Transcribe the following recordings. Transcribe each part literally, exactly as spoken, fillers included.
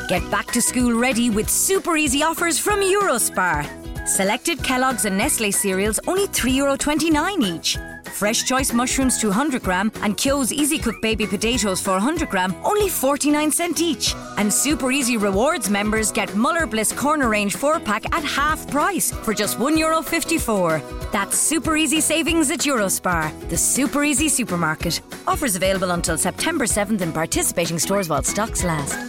Get back to school ready with super easy offers from Eurospar. Selected Kellogg's and Nestle cereals only three euro twenty-nine each. Fresh Choice mushrooms two hundred gram and Kyo's Easy Cook baby potatoes four hundred gram only forty-nine cent each. And Super Easy Rewards members get Muller Bliss Corner Range four pack at half price for just one euro fifty-four. That's Super Easy savings at Eurospar, the Super Easy supermarket. Offers available until September seventh in participating stores while stocks last.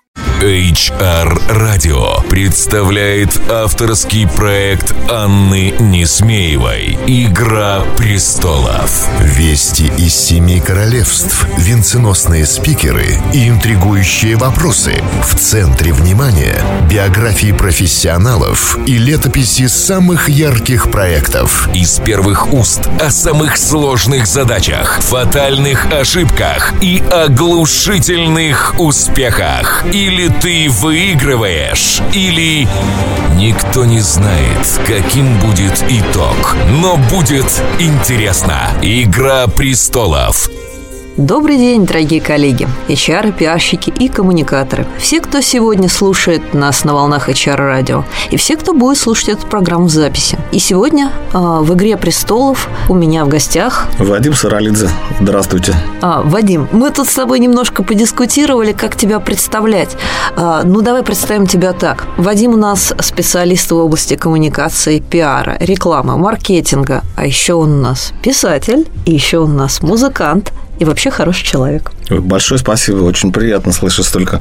эйч ар Radio представляет авторский проект Анны Несмеевой «Игра престолов». Вести из семи королевств, венценосные спикеры и интригующие вопросы. В центре внимания биографии профессионалов и летописи самых ярких проектов. Из первых уст о самых сложных задачах, фатальных ошибках и оглушительных успехах. Или ты выигрываешь, или никто не знает, каким будет итог. Но будет интересно. «Игра престолов». Добрый день, дорогие коллеги, эйч ар, пиарщики и коммуникаторы. Все, кто сегодня слушает нас на волнах эйч ар радио, и все, кто будет слушать эту программу в записи. И сегодня э, в «Игре престолов» у меня в гостях Вадим Саралидзе. Здравствуйте. а, Вадим, мы тут с тобой немножко подискутировали, как тебя представлять. а, Ну, давай представим тебя так. Вадим у нас специалист в области коммуникации, пиара, рекламы, маркетинга. А еще он у нас писатель, и еще он у нас музыкант, и вообще хороший человек. Большое спасибо. Очень приятно слышать столько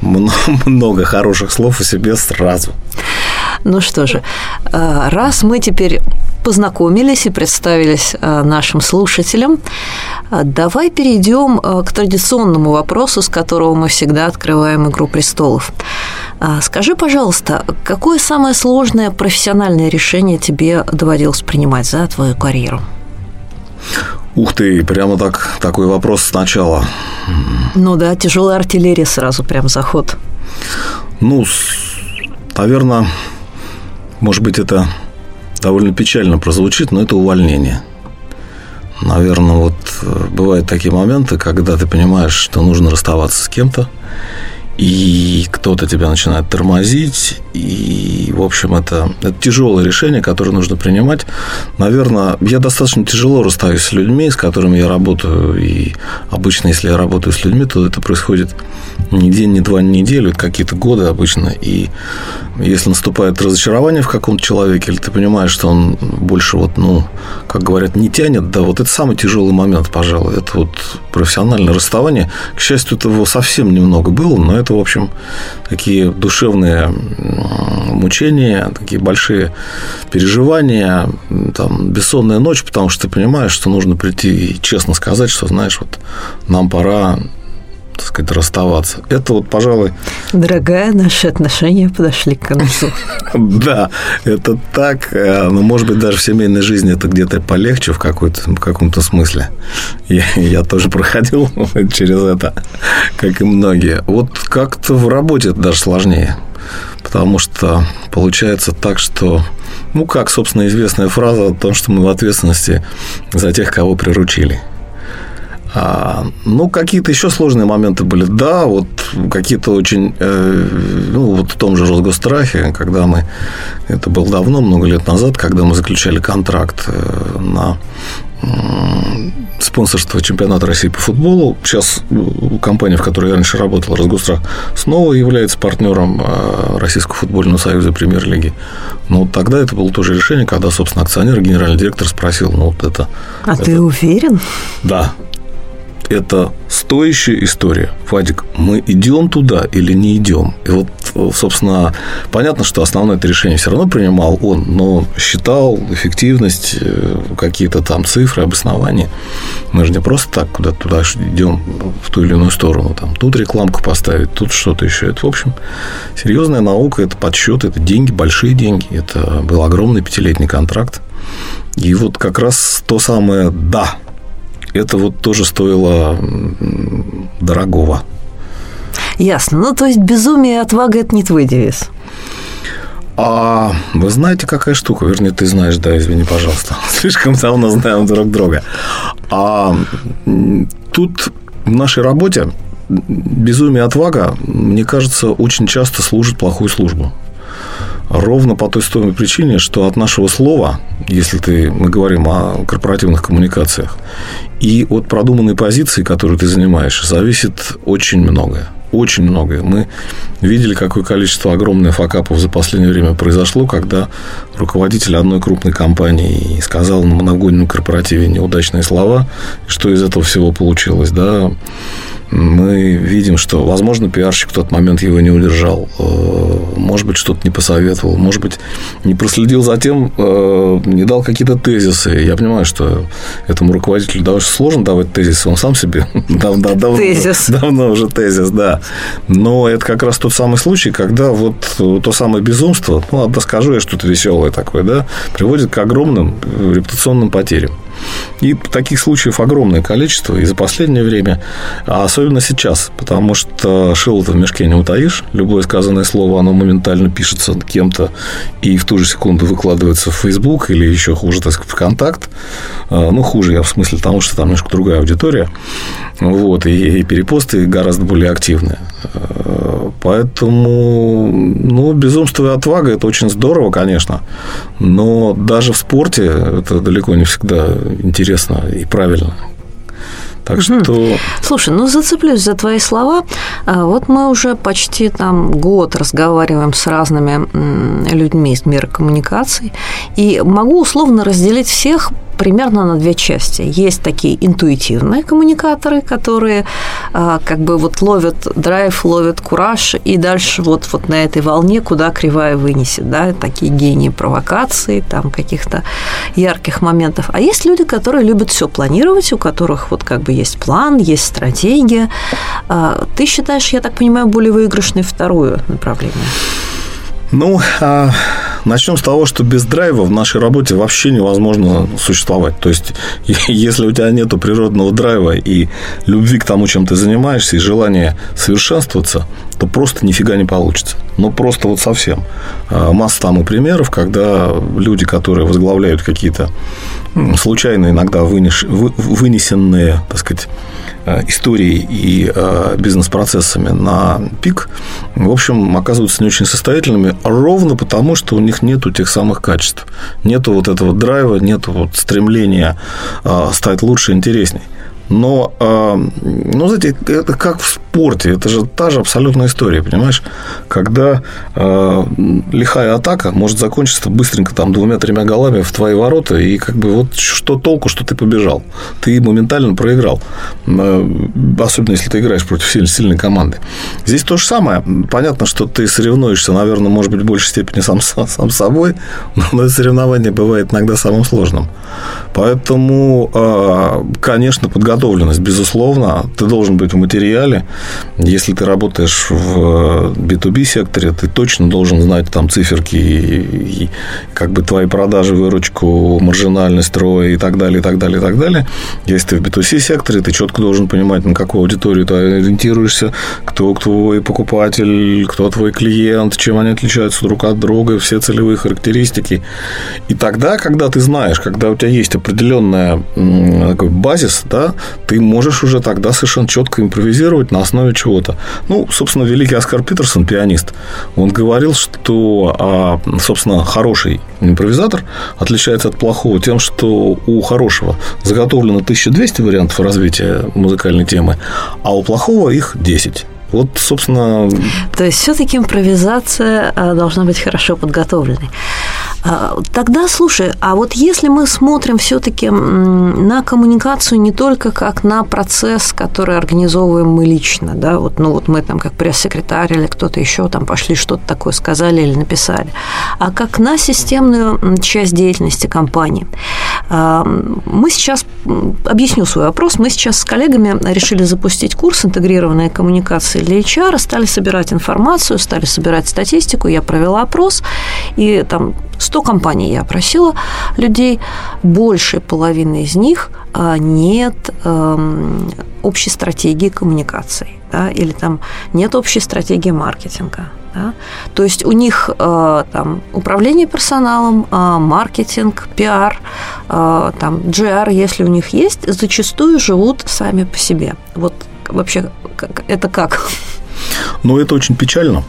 много хороших слов о себе сразу. Ну что же, раз мы теперь познакомились и представились нашим слушателям, давай перейдем к традиционному вопросу, с которого мы всегда открываем «Игру престолов». Скажи, пожалуйста, какое самое сложное профессиональное решение тебе доводилось принимать за твою карьеру? Ух ты, прямо так, такой вопрос сначала. Ну да, тяжелая артиллерия сразу, прям заход. Ну, наверное, может быть, это довольно печально прозвучит, но это увольнение. Наверное, вот бывают такие моменты, когда ты понимаешь, что нужно расставаться с кем-то, и кто-то тебя начинает тормозить, и, в общем, это, это тяжелое решение, которое нужно принимать. Наверное, я достаточно тяжело расстаюсь с людьми, с которыми я работаю, и обычно, если я работаю с людьми, то это происходит не день, не два, не неделю, это какие-то годы обычно, и если наступает разочарование в каком-то человеке, или ты понимаешь, что он больше, вот, ну, как говорят, не тянет, да, вот это самый тяжелый момент, пожалуй, это вот профессиональное расставание. К счастью, этого совсем немного было, но это, в общем, такие душевные мучения, такие большие переживания, там, бессонная ночь, потому что ты понимаешь, что нужно прийти и честно сказать, что, знаешь, вот нам пора, так сказать, расставаться. Это вот, пожалуй... Дорогая, наши отношения подошли к концу. Да, это так. Но, может быть, даже в семейной жизни это где-то полегче в, какой-то, в каком-то смысле. Я, я тоже проходил через это, как и многие. Вот как-то в работе это даже сложнее. Потому что получается так, что... Ну, как, собственно, известная фраза о том, что мы в ответственности за тех, кого приручили. А, ну, какие-то еще сложные моменты были. Да, вот какие-то очень... Э, ну, вот в том же Росгосстрахе, когда мы... Это было давно, много лет назад, когда мы заключали контракт на э, спонсорство чемпионата России по футболу. Сейчас компания, в которой я раньше работал, Росгосстрах, снова является партнером Российского футбольного союза премьер-лиги. Но тогда это было тоже решение, когда, собственно, акционер, генеральный директор спросил, ну, вот это... А это... ты уверен? Да. Это стоящая история. Вадик, мы идем туда или не идем? И вот, собственно, понятно, что основное это решение все равно принимал он, но считал эффективность, какие-то там цифры, обоснования. Мы же не просто так куда-то туда идем в ту или иную сторону. Там, тут рекламку поставить, тут что-то еще. Это, в общем, серьезная наука, это подсчет, это деньги, большие деньги. Это был огромный пятилетний контракт. И вот как раз то самое «да». Это вот тоже стоило дорогого. Ясно. Ну, то есть, безумие и отвага – это не твой девиз. А вы знаете, какая штука? Вернее, ты знаешь, да, извини, пожалуйста. Слишком давно знаем друг друга. А тут в нашей работе безумие и отвага, мне кажется, очень часто служит плохую службу. Ровно по той той причине, что от нашего слова, если ты, мы говорим о корпоративных коммуникациях, и от продуманной позиции, которую ты занимаешь, зависит очень многое. Очень многое. Мы видели, какое количество огромных факапов за последнее время произошло, когда руководитель одной крупной компании сказал на новогоднем корпоративе неудачные слова, что из этого всего получилось, да. Мы видим, что, возможно, пиарщик в тот момент его не удержал, может быть, что-то не посоветовал, может быть, не проследил за тем, не дал какие-то тезисы. Я понимаю, что этому руководителю довольно сложно давать тезисы, он сам себе давно, давно, тезис. давно уже тезис, да. Но это как раз тот самый случай, когда вот то самое безумство, ну, ладно, скажу я что-то веселое такое, да, приводит к огромным репутационным потерям. И таких случаев огромное количество, и за последнее время, а особенно сейчас, потому что шило-то в мешке не утаишь. Любое сказанное слово, оно моментально пишется кем-то и в ту же секунду выкладывается в Facebook или еще хуже, так сказать, ВКонтакт. Ну, хуже я в смысле того, что там немножко другая аудитория. Вот, и, и перепосты гораздо более активные. Поэтому, ну, безумство и отвага – это очень здорово, конечно, но даже в спорте это далеко не всегда интересно и правильно. Так что... Слушай, ну, зацеплюсь за твои слова. Вот мы уже почти там год разговариваем с разными людьми из мира коммуникаций, и могу условно разделить всех примерно на две части. Есть такие интуитивные коммуникаторы, которые как бы вот ловят драйв, ловят кураж, и дальше вот, вот на этой волне куда кривая вынесет, да, такие гении провокаций, там каких-то ярких моментов. А есть люди, которые любят все планировать, у которых вот как бы есть план, есть стратегия. Ты считаешь, я так понимаю, более выигрышной второе направление? Ну, а начнем с того, что без драйва в нашей работе вообще невозможно существовать. То есть, если у тебя нету природного драйва и любви к тому, чем ты занимаешься, и желания совершенствоваться, то просто нифига не получится. Ну, просто вот совсем. Масса тому примеров, когда люди, которые возглавляют какие-то случайно иногда вынеш... вынесенные, так сказать, истории и бизнес-процессами на пик, в общем, оказываются не очень состоятельными, ровно потому, что у них нету тех самых качеств. Нету вот этого драйва, нету вот стремления стать лучше, интересней. Но, ну, знаете, это как в спорте, это же та же абсолютная история, понимаешь? Когда э, лихая атака может закончиться быстренько там двумя-тремя голами в твои ворота, и как бы вот что толку, что ты побежал? Ты моментально проиграл, э, особенно если ты играешь против сильной, сильной команды. Здесь то же самое. Понятно, что ты соревнуешься, наверное, может быть, в большей степени сам, сам собой, но это соревнование бывает иногда самым сложным. Поэтому, э, конечно, подготовка Подготовленность, безусловно, ты должен быть в материале. Если ты работаешь в би ту би секторе, ты точно должен знать там циферки и, и как бы твои продажи, выручку, маржинальность роя и так далее, и так далее, и так далее. Если ты в би ту си секторе, ты четко должен понимать, на какую аудиторию ты ориентируешься, кто твой покупатель, кто твой клиент, чем они отличаются друг от друга, все целевые характеристики. И тогда, когда ты знаешь, когда у тебя есть определенная такой базис, да, ты можешь уже тогда совершенно четко импровизировать на основе чего-то. Ну, собственно, великий Оскар Питерсон, пианист, он говорил, что, собственно, хороший импровизатор отличается от плохого тем, что у хорошего заготовлено тысяча двести вариантов развития музыкальной темы, а у плохого их десять. Вот, собственно... То есть, все-таки импровизация должна быть хорошо подготовленной. Тогда, слушай, а вот если мы смотрим все-таки на коммуникацию не только как на процесс, который организовываем мы лично, да, вот, ну вот мы там как пресс-секретарь или кто-то еще там пошли что-то такое сказали или написали, а как на системную часть деятельности компании. Мы сейчас, объясню свой вопрос, мы сейчас с коллегами решили запустить курс «Интегрированные коммуникации для эйч ар», стали собирать информацию, стали собирать статистику, я провела опрос, и там сто компаний я опросила людей, большая половина из них нет общей стратегии коммуникаций, да, или там нет общей стратегии маркетинга. Да? То есть у них там управление персоналом, маркетинг, пиар, там джи ар, если у них есть, зачастую живут сами по себе. Вот вообще это как? Ну, это очень печально.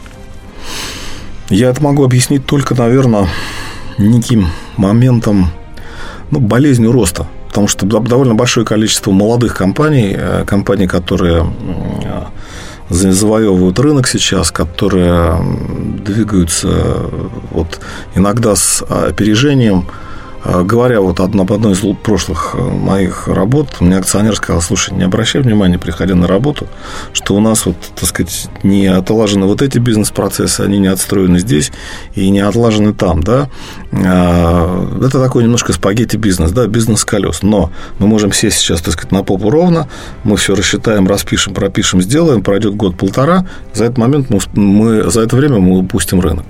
Я это могу объяснить только, наверное, неким моментом, ну, болезнью роста. Потому что довольно большое количество молодых компаний, компаний, которые завоевывают рынок сейчас, которые двигаются вот иногда с опережением. Говоря вот об одной из прошлых моих работ, мне акционер сказал: слушай, не обращай внимания, приходя на работу, что у нас вот, так сказать, не отлажены вот эти бизнес-процессы, они не отстроены здесь и не отлажены там, да. Это такой немножко спагетти-бизнес, да, бизнес-колес. Но мы можем сесть сейчас, так сказать, на попу ровно, мы все рассчитаем, распишем, пропишем, сделаем, пройдет год-полтора, за этот момент мы, мы, за это время мы упустим рынок.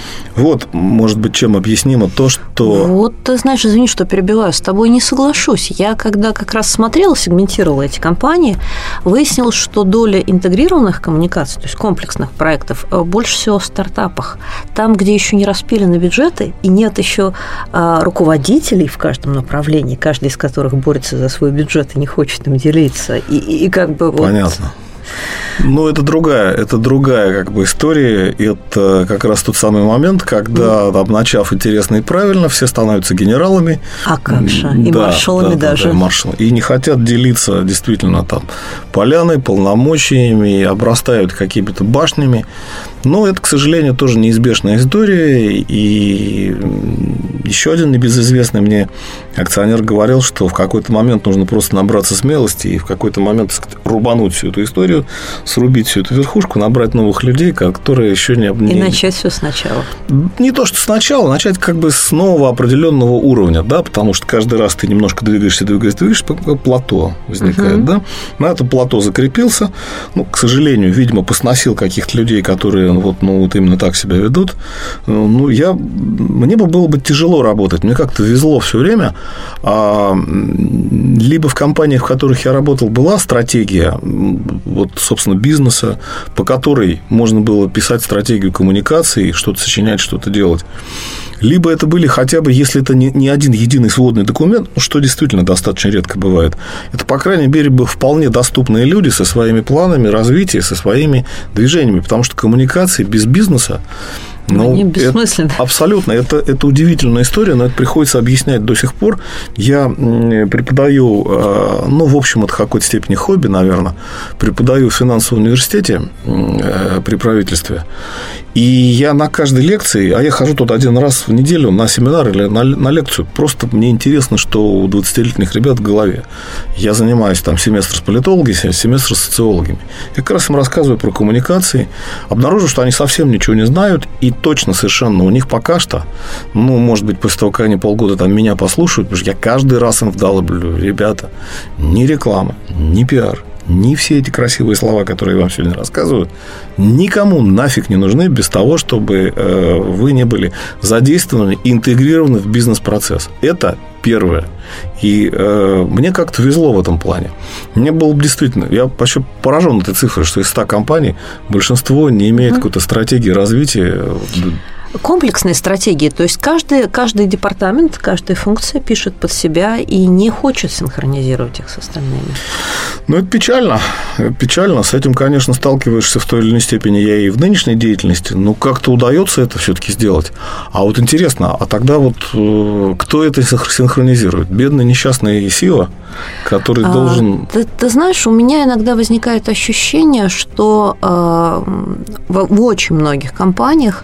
Вот, может быть, чем объяснимо то, что... Вот, ты знаешь, извини, что перебиваю, с тобой не соглашусь. Я, когда как раз смотрела, сегментировала эти компании, выяснилось, что доля интегрированных коммуникаций, то есть комплексных проектов, больше всего в стартапах. Там, где еще не распилены бюджеты и нет еще руководителей в каждом направлении, каждый из которых борется за свой бюджет и не хочет им делиться. И, и, и как бы вот... Понятно. Ну, это другая, это другая как бы история. Это как раз тот самый момент, когда, там, начав интересно и правильно, все становятся генералами. А как же, и да, маршалами да, даже. Да, да, маршал. И не хотят делиться действительно там поляной, полномочиями, обрастают какими-то башнями. Но это, к сожалению, тоже неизбежная история. И еще один небезызвестный мне акционер говорил, что в какой-то момент нужно просто набраться смелости и в какой-то момент, так сказать, рубануть всю эту историю, срубить всю эту верхушку, набрать новых людей, которые еще не... И не... начать все сначала. Не то, что сначала, начать как бы с нового определенного уровня, да, потому что каждый раз ты немножко двигаешься, двигаешься, двигаешься, плато возникает, uh-huh. да. На это плато закрепился, ну, к сожалению, видимо, посносил каких-то людей, которые вот, ну, вот именно так себя ведут. Ну, я... Мне бы было бы тяжело работать, мне как-то везло все время. А... Либо в компаниях, в которых я работал, была стратегия, вот, собственно, бизнеса, по которой можно было писать стратегию коммуникации, что-то сочинять, что-то делать. Либо это были хотя бы, если это не, не один единый сводный документ, ну, что действительно достаточно редко бывает, это, по крайней мере, бы вполне доступные люди со своими планами развития, со своими движениями, потому что коммуникации без бизнеса, ну, они бессмысленны. Это, абсолютно. Это, это удивительная история, но это приходится объяснять до сих пор. Я преподаю, ну, в общем, это в какой-то степени хобби, наверное, преподаю в финансовом университете при правительстве. И я на каждой лекции, а я хожу тут один раз в неделю на семинар или на, на лекцию, просто мне интересно, что у двадцатилетних ребят в голове. Я занимаюсь там семестр с политологами, семестр с социологами. Я как раз им рассказываю про коммуникации, обнаружу, что они совсем ничего не знают, и точно совершенно у них пока что, ну, может быть, после того, как они полгода там меня послушают, потому что я каждый раз им вдалбливаю: ребята, ни реклама, ни пиар, ни все эти красивые слова, которые я вам сегодня рассказываю, никому нафиг не нужны без того, чтобы вы не были задействованы и интегрированы в бизнес-процесс. Это первое. И э, мне как-то везло в этом плане. Мне было действительно... Я вообще поражен этой цифрой, что из ста компаний большинство не имеет mm-hmm. какой-то стратегии развития. Комплексные стратегии, то есть каждый, каждый департамент, каждая функция пишет под себя и не хочет синхронизировать их с остальными. Ну, это печально. Это печально. С этим, конечно, сталкиваешься в той или иной степени я и в нынешней деятельности, но как-то удается это все-таки сделать. А вот интересно, а тогда вот кто это синхронизирует? Бедный несчастный Сива, который а, должен... Ты, ты знаешь, у меня иногда возникает ощущение, что э, в, в очень многих компаниях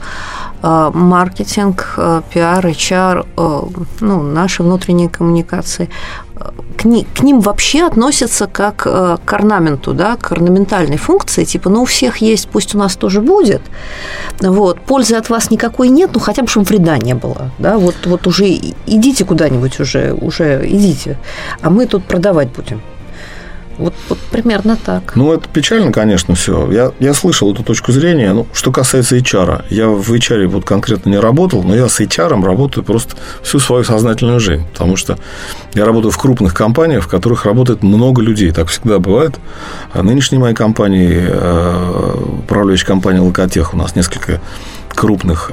маркетинг, пиар, эйч ар, ну, наши внутренние коммуникации, к, ни, к ним вообще относятся как к орнаменту, да, к орнаментальной функции, типа, ну, у всех есть, пусть у нас тоже будет, вот, пользы от вас никакой нет, ну, хотя бы, чтобы вреда не было, да, вот, вот уже идите куда-нибудь уже, уже идите, а мы тут продавать будем. Вот, вот примерно так. Ну, это печально, конечно, все. Я, я слышал эту точку зрения. Ну, что касается эйч ар, я в эйч ар вот конкретно не работал, но я с эйч ар работаю просто всю свою сознательную жизнь. Потому что я работаю в крупных компаниях, в которых работает много людей. Так всегда бывает. А нынешней моей компании, управляющей компанией «Локотех», у нас несколько крупных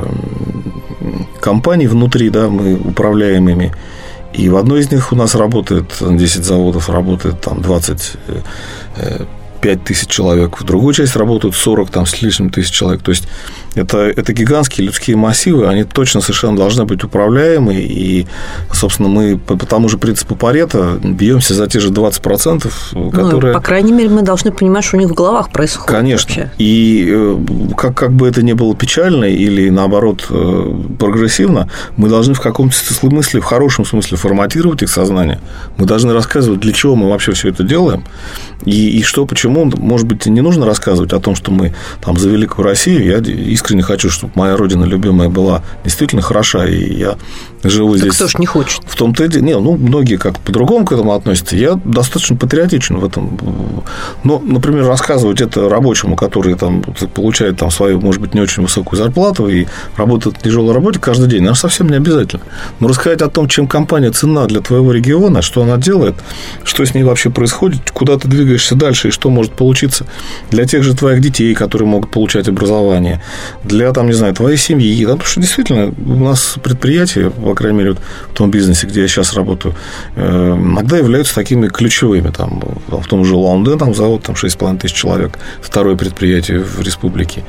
компаний внутри, да, мы управляем ими. И в одной из них у нас работает десять заводов, работает там двадцать пять тысяч человек, в другой части работают сорок там, с лишним тысяч человек. То есть это, это гигантские людские массивы, они точно совершенно должны быть управляемы. И, собственно, мы по, по тому же принципу Парето бьемся за те же двадцать процентов, которые... Ну, по крайней мере, мы должны понимать, что у них в головах происходит. Конечно. Вообще. И как, как бы это ни было печально или, наоборот, прогрессивно, мы должны в каком-то смысле, в хорошем смысле форматировать их сознание. Мы должны рассказывать, для чего мы вообще все это делаем. И, и что, почему, может быть, не нужно рассказывать о том, что мы там за великую Россию. Я искренне хочу, чтобы моя родина любимая была действительно хороша, и я живу так здесь. Кто ж не хочет? В том-то и дело. Не, ну, многие как-то по-другому к этому относятся. Я достаточно патриотичен в этом. Но, например, рассказывать это рабочему, который там получает там свою, может быть, не очень высокую зарплату и работает в тяжелой работе каждый день, наверное, совсем не обязательно. Но рассказать о том, чем компания ценна для твоего региона, что она делает, что с ней вообще происходит, куда ты двигаешься дальше и что может получиться для тех же твоих детей, которые могут получать образование, для, там, не знаю, твоей семьи. Потому что действительно у нас предприятия, по крайней мере, в том бизнесе, где я сейчас работаю, иногда являются такими ключевыми. Там, в том же Улан-Удэ там завод, там шесть с половиной тысяч человек, второе предприятие в республике.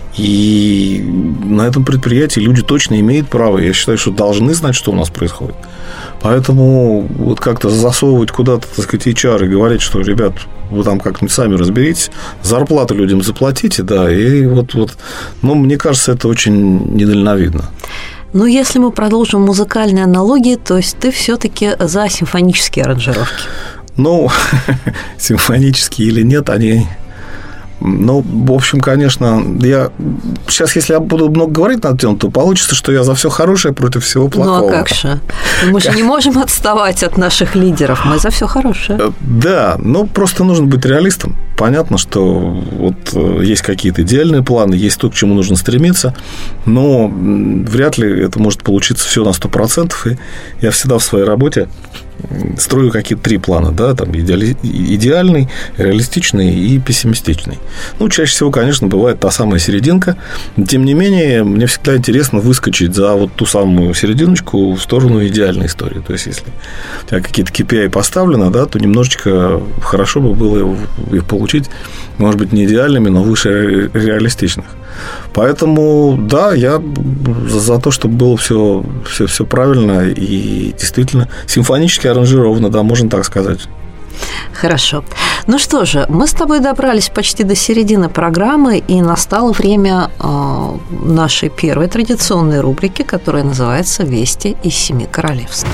И на этом предприятии люди точно имеют право, я считаю, что должны знать, что у нас происходит. Поэтому вот как-то засовывать куда-то, так сказать, эйч ар и говорить, что, ребят, вы там как-нибудь сами разберитесь, зарплату людям заплатите, да, и вот, вот, ну, мне кажется, это очень недальновидно. Но если мы продолжим музыкальные аналогии, то есть ты все-таки за симфонические аранжировки? Ну, симфонические или нет, они... Ну, в общем, конечно, я сейчас, если я буду много говорить на эту тему, то получится, что я за все хорошее против всего плохого. Ну, а как же? Мы же не можем отставать от наших лидеров, мы за все хорошее. Да, ну, просто нужно быть реалистом. Понятно, что вот есть какие-то идеальные планы, есть то, к чему нужно стремиться, но вряд ли это может получиться все на сто процентов, и я всегда в своей работе строю какие-то три плана, да, там идеали... идеальный, реалистичный и пессимистичный. Ну, чаще всего, конечно, бывает та самая серединка, но, тем не менее, мне всегда интересно выскочить за вот ту самую серединочку в сторону идеальной истории. То есть, если у тебя какие-то кей пи ай поставлены, да, то немножечко хорошо бы было их получить, может быть, не идеальными, но выше реалистичных. Поэтому, да, я за, за то, чтобы было все, все, все правильно и действительно симфонически аранжировано, да, можно так сказать. Хорошо. Ну что же, мы с тобой добрались почти до середины программы, и настало время э, нашей первой традиционной рубрики, которая называется «Вести из семи королевств».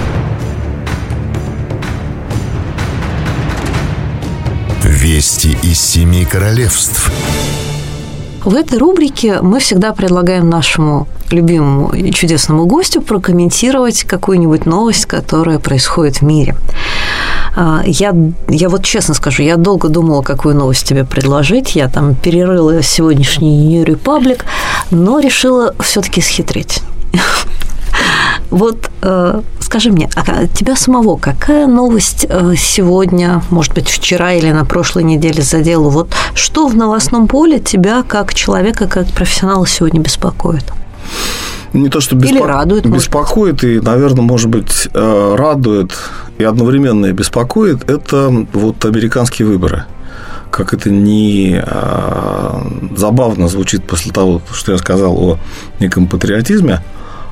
Вести из семи королевств. В этой рубрике мы всегда предлагаем нашему любимому и чудесному гостю прокомментировать какую-нибудь новость, которая происходит в мире. Я, я вот честно скажу, я долго думала, какую новость тебе предложить. Я там перерыла сегодняшний New Republic, но решила все-таки схитрить. Вот скажи мне, а тебя самого какая новость сегодня, может быть, вчера или на прошлой неделе задела? Вот что в новостном поле тебя, как человека, как профессионала, сегодня беспокоит? Не то, что беспо... Или радует, беспокоит, и, наверное, может быть, радует и одновременно и беспокоит, это вот американские выборы. Как это не забавно звучит после того, что я сказал о неком патриотизме,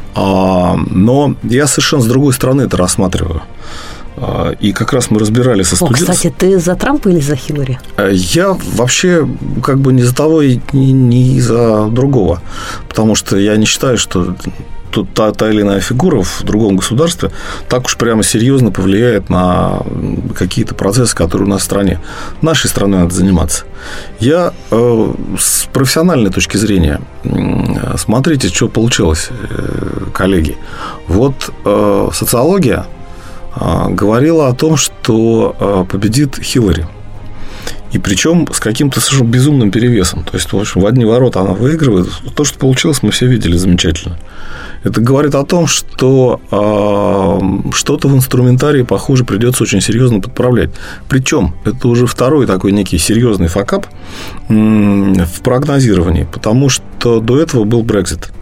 но я совершенно с другой стороны это рассматриваю. И как раз мы разбирали со студентами. О, кстати, ты за Трампа или за Хиллари? Я вообще как бы не за того и не за другого. Потому что я не считаю, что тут та, та или иная фигура в другом государстве так уж прямо серьезно повлияет на какие-то процессы, которые у нас в стране. Нашей страной надо заниматься. Я э, с профессиональной точки зрения, э, смотрите, что получилось, э, коллеги. Вот э, социология э, говорила о том, что э, победит Хиллари. И причем с каким-то совершенно безумным перевесом. То есть, в общем, в одни ворота она выигрывает. То, что получилось, мы все видели замечательно. Это говорит о том, что э, что-то в инструментарии, похоже, придется очень серьезно подправлять. Причем это уже второй такой некий серьезный факап э, в прогнозировании, потому что до этого был Брексит.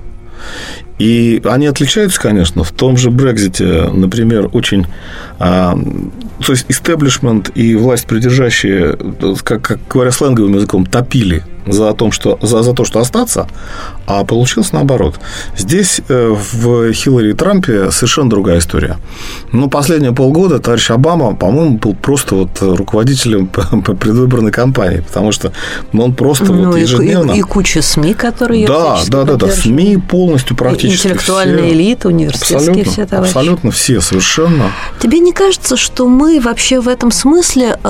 И они отличаются, конечно. В том же Брексите, например, очень э, то есть истеблишмент и власть придержащие, как, как говоря сленговым языком, топили за, том, что, за, за то, что остаться, а получилось наоборот. Здесь в Хиллари и Трампе совершенно другая история. Ну, последние полгода товарищ Обама, по-моему, был просто вот руководителем предвыборной кампании, потому что он просто ну, вот ежедневно... И, и куча СМИ, которые ее да, да, да, да, СМИ полностью практически интеллектуальная все, элита, университетские абсолютно, все товарищи. Абсолютно все, совершенно. Тебе не кажется, что мы вообще в этом смысле...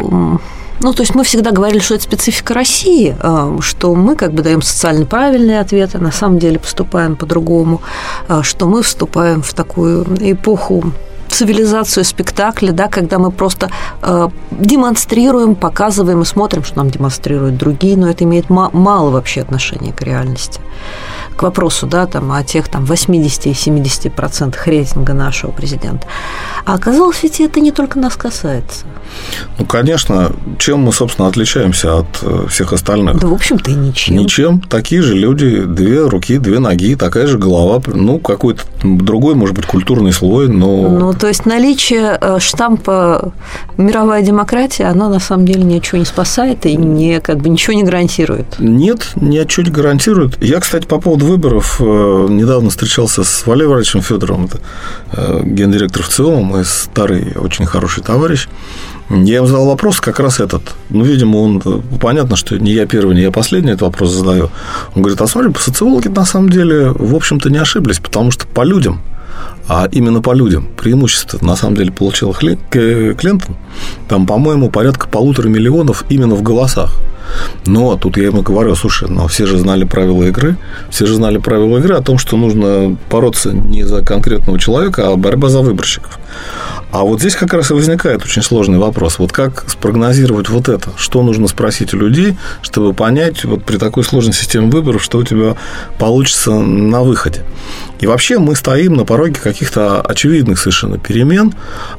Ну, то есть мы всегда говорили, что это специфика России, что мы как бы даем социально правильные ответы, на самом деле поступаем по-другому, что мы вступаем в такую эпоху, цивилизацию спектакля, да, когда мы просто э, демонстрируем, показываем и смотрим, что нам демонстрируют другие, но это имеет ма- мало вообще отношения к реальности. К вопросу, да, там, о тех там, восемьдесят-семьдесят процентов рейтинга нашего президента. А оказалось, ведь это не только нас касается. Ну, конечно, чем мы, собственно, отличаемся от всех остальных? Да, в общем-то, и ничем. Ничем. Такие же люди, две руки, две ноги, такая же голова, ну, какой-то другой, может быть, культурный слой, но... Ну, то есть наличие штампа «мировая демократия», оно на самом деле ничего не спасает и не, как бы, ничего не гарантирует. Нет, ничего не гарантирует. Я, кстати, по поводу выборов недавно встречался с Валерием Владимировичем Федоровым, это гендиректор ВЦИОМа, мой старый, очень хороший товарищ. Я ему задал вопрос как раз этот. Ну, видимо, он... Понятно, что не я первый, не я последний этот вопрос задаю. Он говорит, а смотри, социологи на самом деле, в общем-то, не ошиблись, потому что по людям, а именно по людям преимущество, на самом деле, получил Клинтон. Там, по-моему, порядка полутора миллионов именно в голосах. Но тут я ему говорю, слушай, но все же знали правила игры, все же знали правила игры о том, что нужно бороться не за конкретного человека, а борьба за выборщиков. А вот здесь как раз и возникает очень сложный вопрос. Вот как спрогнозировать вот это? Что нужно спросить у людей, чтобы понять вот при такой сложной системе выборов, что у тебя получится на выходе? И вообще мы стоим на пороге каких-то очевидных совершенно перемен,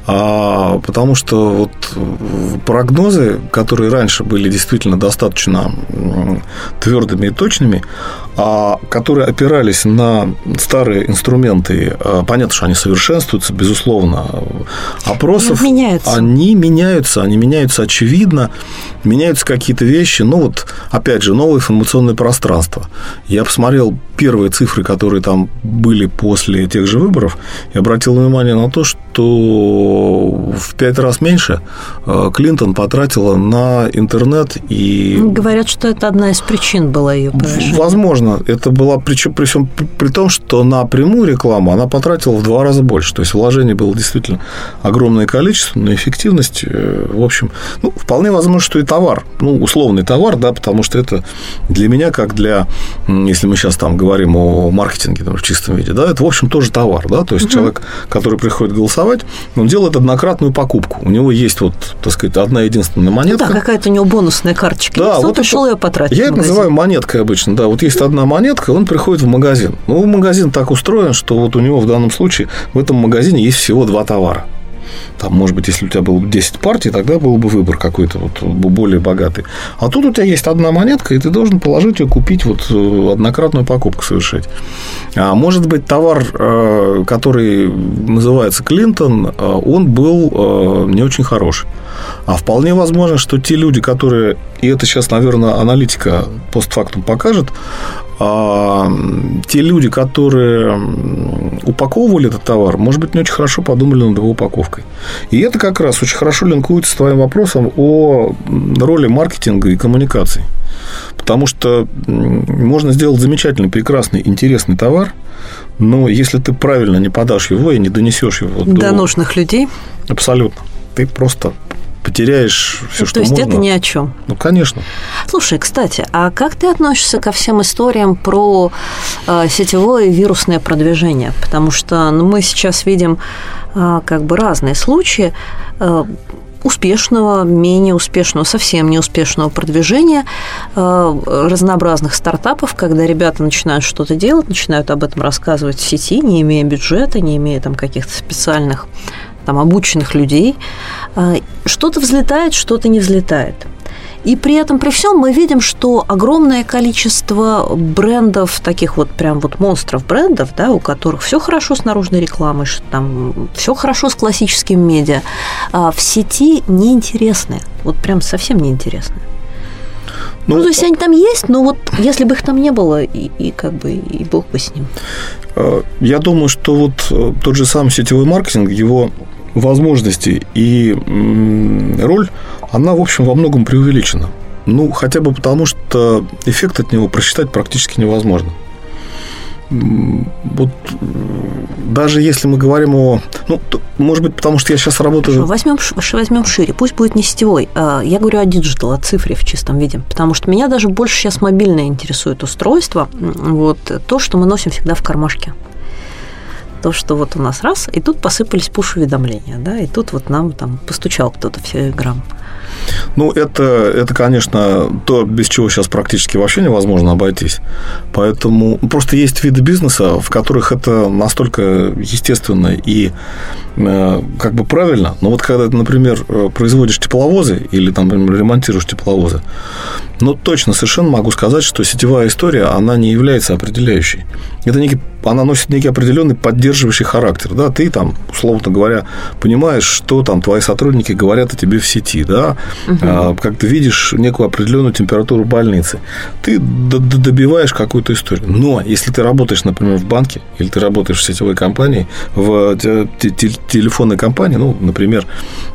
потому что вот прогнозы, которые раньше были действительно достаточно твердыми и точными, которые опирались на старые инструменты, понятно, что они совершенствуются, безусловно, опросов, меняются. они меняются, они меняются очевидно, меняются какие-то вещи, ну вот, опять же, новое информационное пространство. Я посмотрел первые цифры, которые там были после тех же выборов, и обратил внимание на то, что в пять раз меньше Клинтон потратила на интернет и... Говорят, что это одна из причин была ее поражения. Возможно, это была причем при, всем, при том, что на прямую рекламу она потратила в два раза больше, то есть вложений было действительно огромное количество, но эффективность, в общем, ну, вполне возможно, что и товар, ну, условный товар, да, потому что это для меня, как для, если мы сейчас там говорим о маркетинге там, в чистом виде, да, это, в общем, тоже товар, да, то есть угу. человек, который приходит голосовать, он делает однократную покупку, у него есть вот, так сказать, одна единственная монетка. Ну, да, какая-то у него бонусная карточка, да, вот он пришел ее потратить. Я это называю монеткой обычно, да, вот есть одна монетка, он приходит в магазин, ну, магазин так устроен, что вот у него в данном случае в этом магазине есть всего два товара. Там, может быть, если у тебя было бы десять партий, тогда был бы выбор какой-то вот более богатый. А тут у тебя есть одна монетка, и ты должен положить ее, купить, вот однократную покупку совершить. А может быть, товар, который называется Клинтон, он был не очень хороший. А вполне возможно, что те люди, которые, и это сейчас, наверное, аналитика постфактум покажет, те люди, которые упаковывали этот товар, может быть, не очень хорошо подумали над его упаковкой. И это как раз очень хорошо линкуется с твоим вопросом о роли маркетинга и коммуникаций. Потому что можно сделать замечательный, прекрасный, интересный товар, но если ты правильно не подашь его и не донесешь его до, до нужных людей, абсолютно, ты просто потеряешь все, ну, что то есть можно. Это ни о чем. Ну, конечно. Слушай, кстати, а как ты относишься ко всем историям про э, сетевое и вирусное продвижение? Потому что ну, мы сейчас видим э, как бы разные случаи э, успешного, менее успешного, совсем неуспешного продвижения э, разнообразных стартапов, когда ребята начинают что-то делать, начинают об этом рассказывать в сети, не имея бюджета, не имея там каких-то специальных там, обученных людей. Что-то взлетает, что-то не взлетает. И при этом, при всем, мы видим, что огромное количество брендов, таких вот прям вот монстров брендов, да, у которых все хорошо с наружной рекламой, там все хорошо с классическим медиа, в сети неинтересны. Вот прям совсем неинтересны. Ну, ну, то есть они там есть, но вот если бы их там не было, и, и как бы и бог бы с ним. Я думаю, что вот тот же самый сетевой маркетинг, его возможности и роль, она, в общем, во многом преувеличена. Ну, хотя бы потому, что эффект от него просчитать практически невозможно. Вот даже если мы говорим о... Ну, может быть, потому что я сейчас работаю... Возьмем, возьмем шире, пусть будет не сетевой. Я говорю о диджитал, о цифре в чистом виде. Потому что меня даже больше сейчас мобильное интересует устройство. Вот то, что мы носим всегда в кармашке. То, что вот у нас раз, и тут посыпались пуш-уведомления, да, и тут вот нам там постучал кто-то в Телеграм. Ну, это, это, конечно, то, без чего сейчас практически вообще невозможно обойтись. Поэтому просто есть виды бизнеса, в которых это настолько естественно и э, как бы правильно. Но вот когда ты, например, производишь тепловозы или там, например, ремонтируешь тепловозы, ну, точно совершенно могу сказать, что сетевая история, она не является определяющей. Это некий, она носит некий определенный поддерживающий характер. Да? Ты там, условно говоря, понимаешь, что там твои сотрудники говорят о тебе в сети, да? Угу. Как ты видишь некую определенную температуру больницы. Ты добиваешь какую-то историю. Но если ты работаешь, например, в банке, или ты работаешь в сетевой компании, в телефонной компании, ну, например,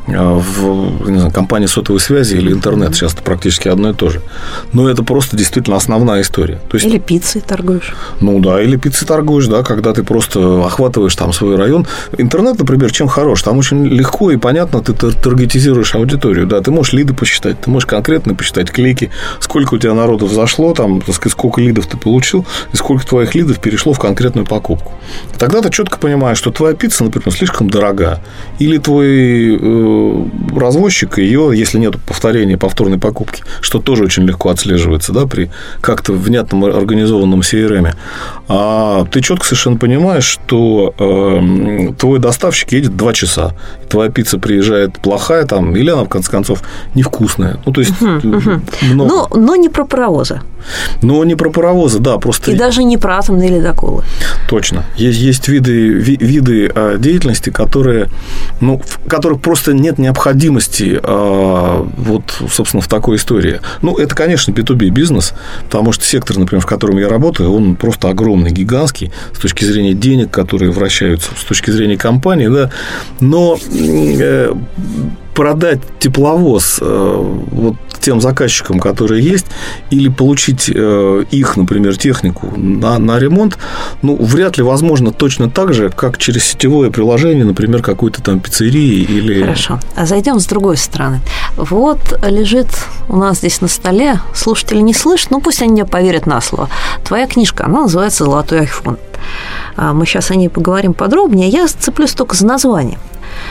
в, не знаю, компании сотовой связи или интернет, сейчас это практически одно и то же. Но это просто действительно основная история. То есть, или пиццей торгуешь. Ну да, или пиццей торгуешь, да, когда ты просто охватываешь там свой район. Интернет, например, чем хорош? Там очень легко и понятно ты таргетизируешь аудиторию. Да, ты можешь лиды посчитать, ты можешь конкретно посчитать клики, сколько у тебя народу взошло, там, так сказать, сколько лидов ты получил, и сколько твоих лидов перешло в конкретную покупку. Тогда ты четко понимаешь, что твоя пицца, например, слишком дорога, или твой э, развозчик ее, если нет повторения, повторной покупки, что тоже очень легко отслеживается, да, при как-то внятном организованном си эр эм. А ты четко совершенно понимаешь, что э, твой доставщик едет два часа, твоя пицца приезжает плохая, там, или она, в конце концов, невкусная. Ну, то есть, угу, угу. Но, но не про паровозы. Но не про паровозы, да, просто... И даже не про атомные ледоколы. Точно. Есть, есть виды, ви, виды деятельности, которые, ну, в которых просто нет необходимости а, вот, собственно, в такой истории. Ну, это, конечно, би ту би бизнес, потому что сектор, например, в котором я работаю, он просто огромный, гигантский с точки зрения денег, которые вращаются, с точки зрения компании, да, но... Э, продать тепловоз э, вот тем заказчикам, которые есть, или получить э, их, например, технику на, на ремонт, ну, вряд ли возможно точно так же, как через сетевое приложение, например, какой-то там пиццерии или... Хорошо. А зайдем с другой стороны. Вот лежит у нас здесь на столе, слушатели не слышат, но пусть они мне поверят на слово. Твоя книжка, она называется «Золотой айфон». Мы сейчас о ней поговорим подробнее. Я цеплюсь только за название.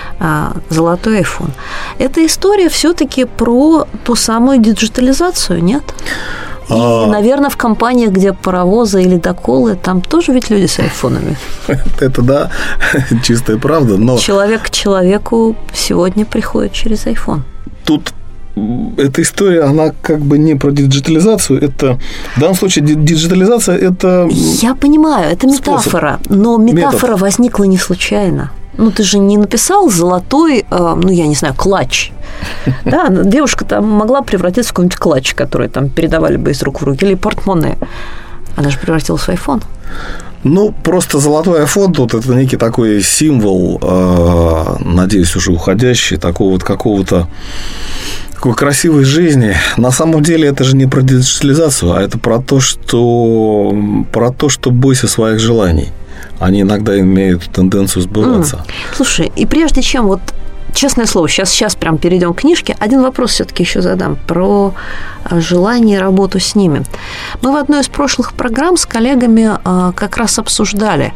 «Золотой айфон». Эта история все-таки про ту самую диджитализацию, нет? И, а... наверное, в компаниях, где паровозы или ледоколы, там тоже ведь люди с айфонами. Это да, чистая правда, но... Человек к человеку сегодня приходит через айфон. Тут эта история, она как бы не про диджитализацию, это в данном случае диджитализация – это… Я понимаю, это метафора, способ. Но метафора Метод. возникла не случайно. Ну, ты же не написал золотой, ну, я не знаю, клатч. Да, девушка там могла превратиться в какой-нибудь клатч, который там передавали бы из рук в руки, или портмоне. Она же превратилась в айфон. Ну, просто золотой айфон тут это некий такой символ, надеюсь, уже уходящий, такого вот какого-то такой красивой жизни. На самом деле это же не про диджитализацию, а это про то, что про то, что бойся своих желаний. Они иногда имеют тенденцию сбываться. Mm. Слушай, и прежде чем вот, честное слово, сейчас, сейчас прям перейдем к книжке, один вопрос все-таки еще задам про желание и работу с ними. Мы в одной из прошлых программ с коллегами как раз обсуждали,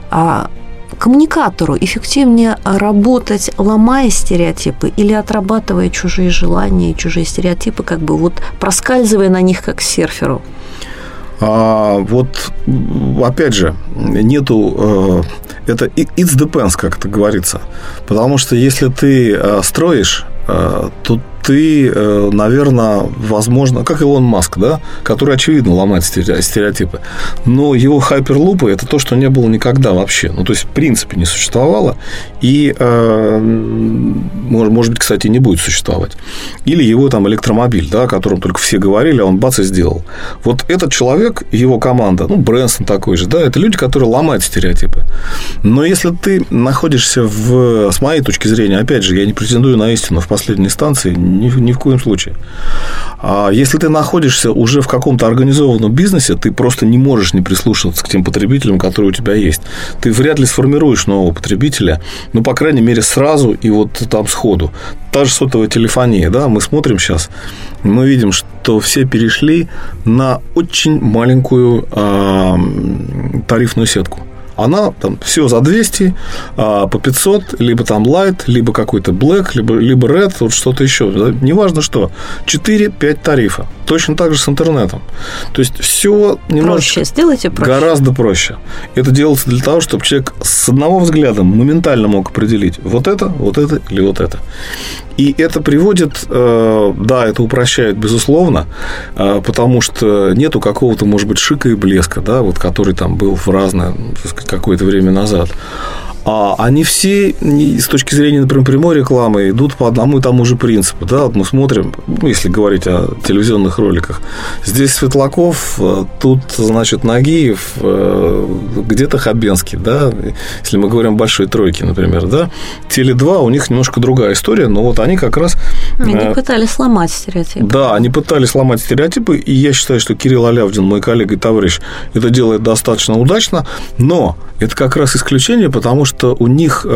коммуникатору эффективнее работать, ломая стереотипы, или отрабатывая чужие желания и чужие стереотипы, как бы вот проскальзывая на них как серферу? А, вот, опять же, нету... Это it depends, как это говорится. Потому что если ты строишь, то ты, наверное, возможно, как Илон Маск, да, который, очевидно, ломает стереотипы, но его хайперлупы – это то, что не было никогда вообще. Ну, то есть, в принципе, не существовало, и, может быть, кстати, не будет существовать. Или его там электромобиль, да, о котором только все говорили, а он бац и сделал. Вот этот человек, его команда, ну, Брэнсон такой же, да, это люди, которые ломают стереотипы. Но если ты находишься в, с моей точки зрения, опять же, я не претендую на истину в последней инстанции, ни, ни в коем случае. А если ты находишься уже в каком-то организованном бизнесе, ты просто не можешь не прислушиваться к тем потребителям, которые у тебя есть. Ты вряд ли сформируешь нового потребителя, ну, по крайней мере, сразу и вот там сходу. Та же сотовая телефония, да, мы смотрим сейчас, мы видим, что все перешли на очень маленькую а, тарифную сетку. Она там все за двести, а, по пятьсот, либо там Light, либо какой-то Black, либо, либо Red, вот что-то еще. Да? Неважно что. четыре-пять тарифа. Точно так же с интернетом. То есть все немножко проще. Сделайте проще. Гораздо проще. Это делается для того, чтобы человек с одного взгляда моментально мог определить вот это, вот это или вот это. И это приводит, да, это упрощает, безусловно, потому что нету какого-то, может быть, шика и блеска, да, вот, который там был в разное, так сказать, какое-то время назад. А они все, с точки зрения, например, прямой рекламы, идут по одному и тому же принципу. Да? Вот мы смотрим, ну, если говорить о телевизионных роликах, здесь Светлаков, тут, значит, Нагиев, где-то Хабенский, да? Если мы говорим о большой тройке, например, да? Теле два, у них немножко другая история, но вот они как раз... Они пытались сломать стереотипы. Да, они пытались сломать стереотипы, и я считаю, что Кирилл Алявдин, мой коллега и товарищ, это делает достаточно удачно, но это как раз исключение, потому что что у них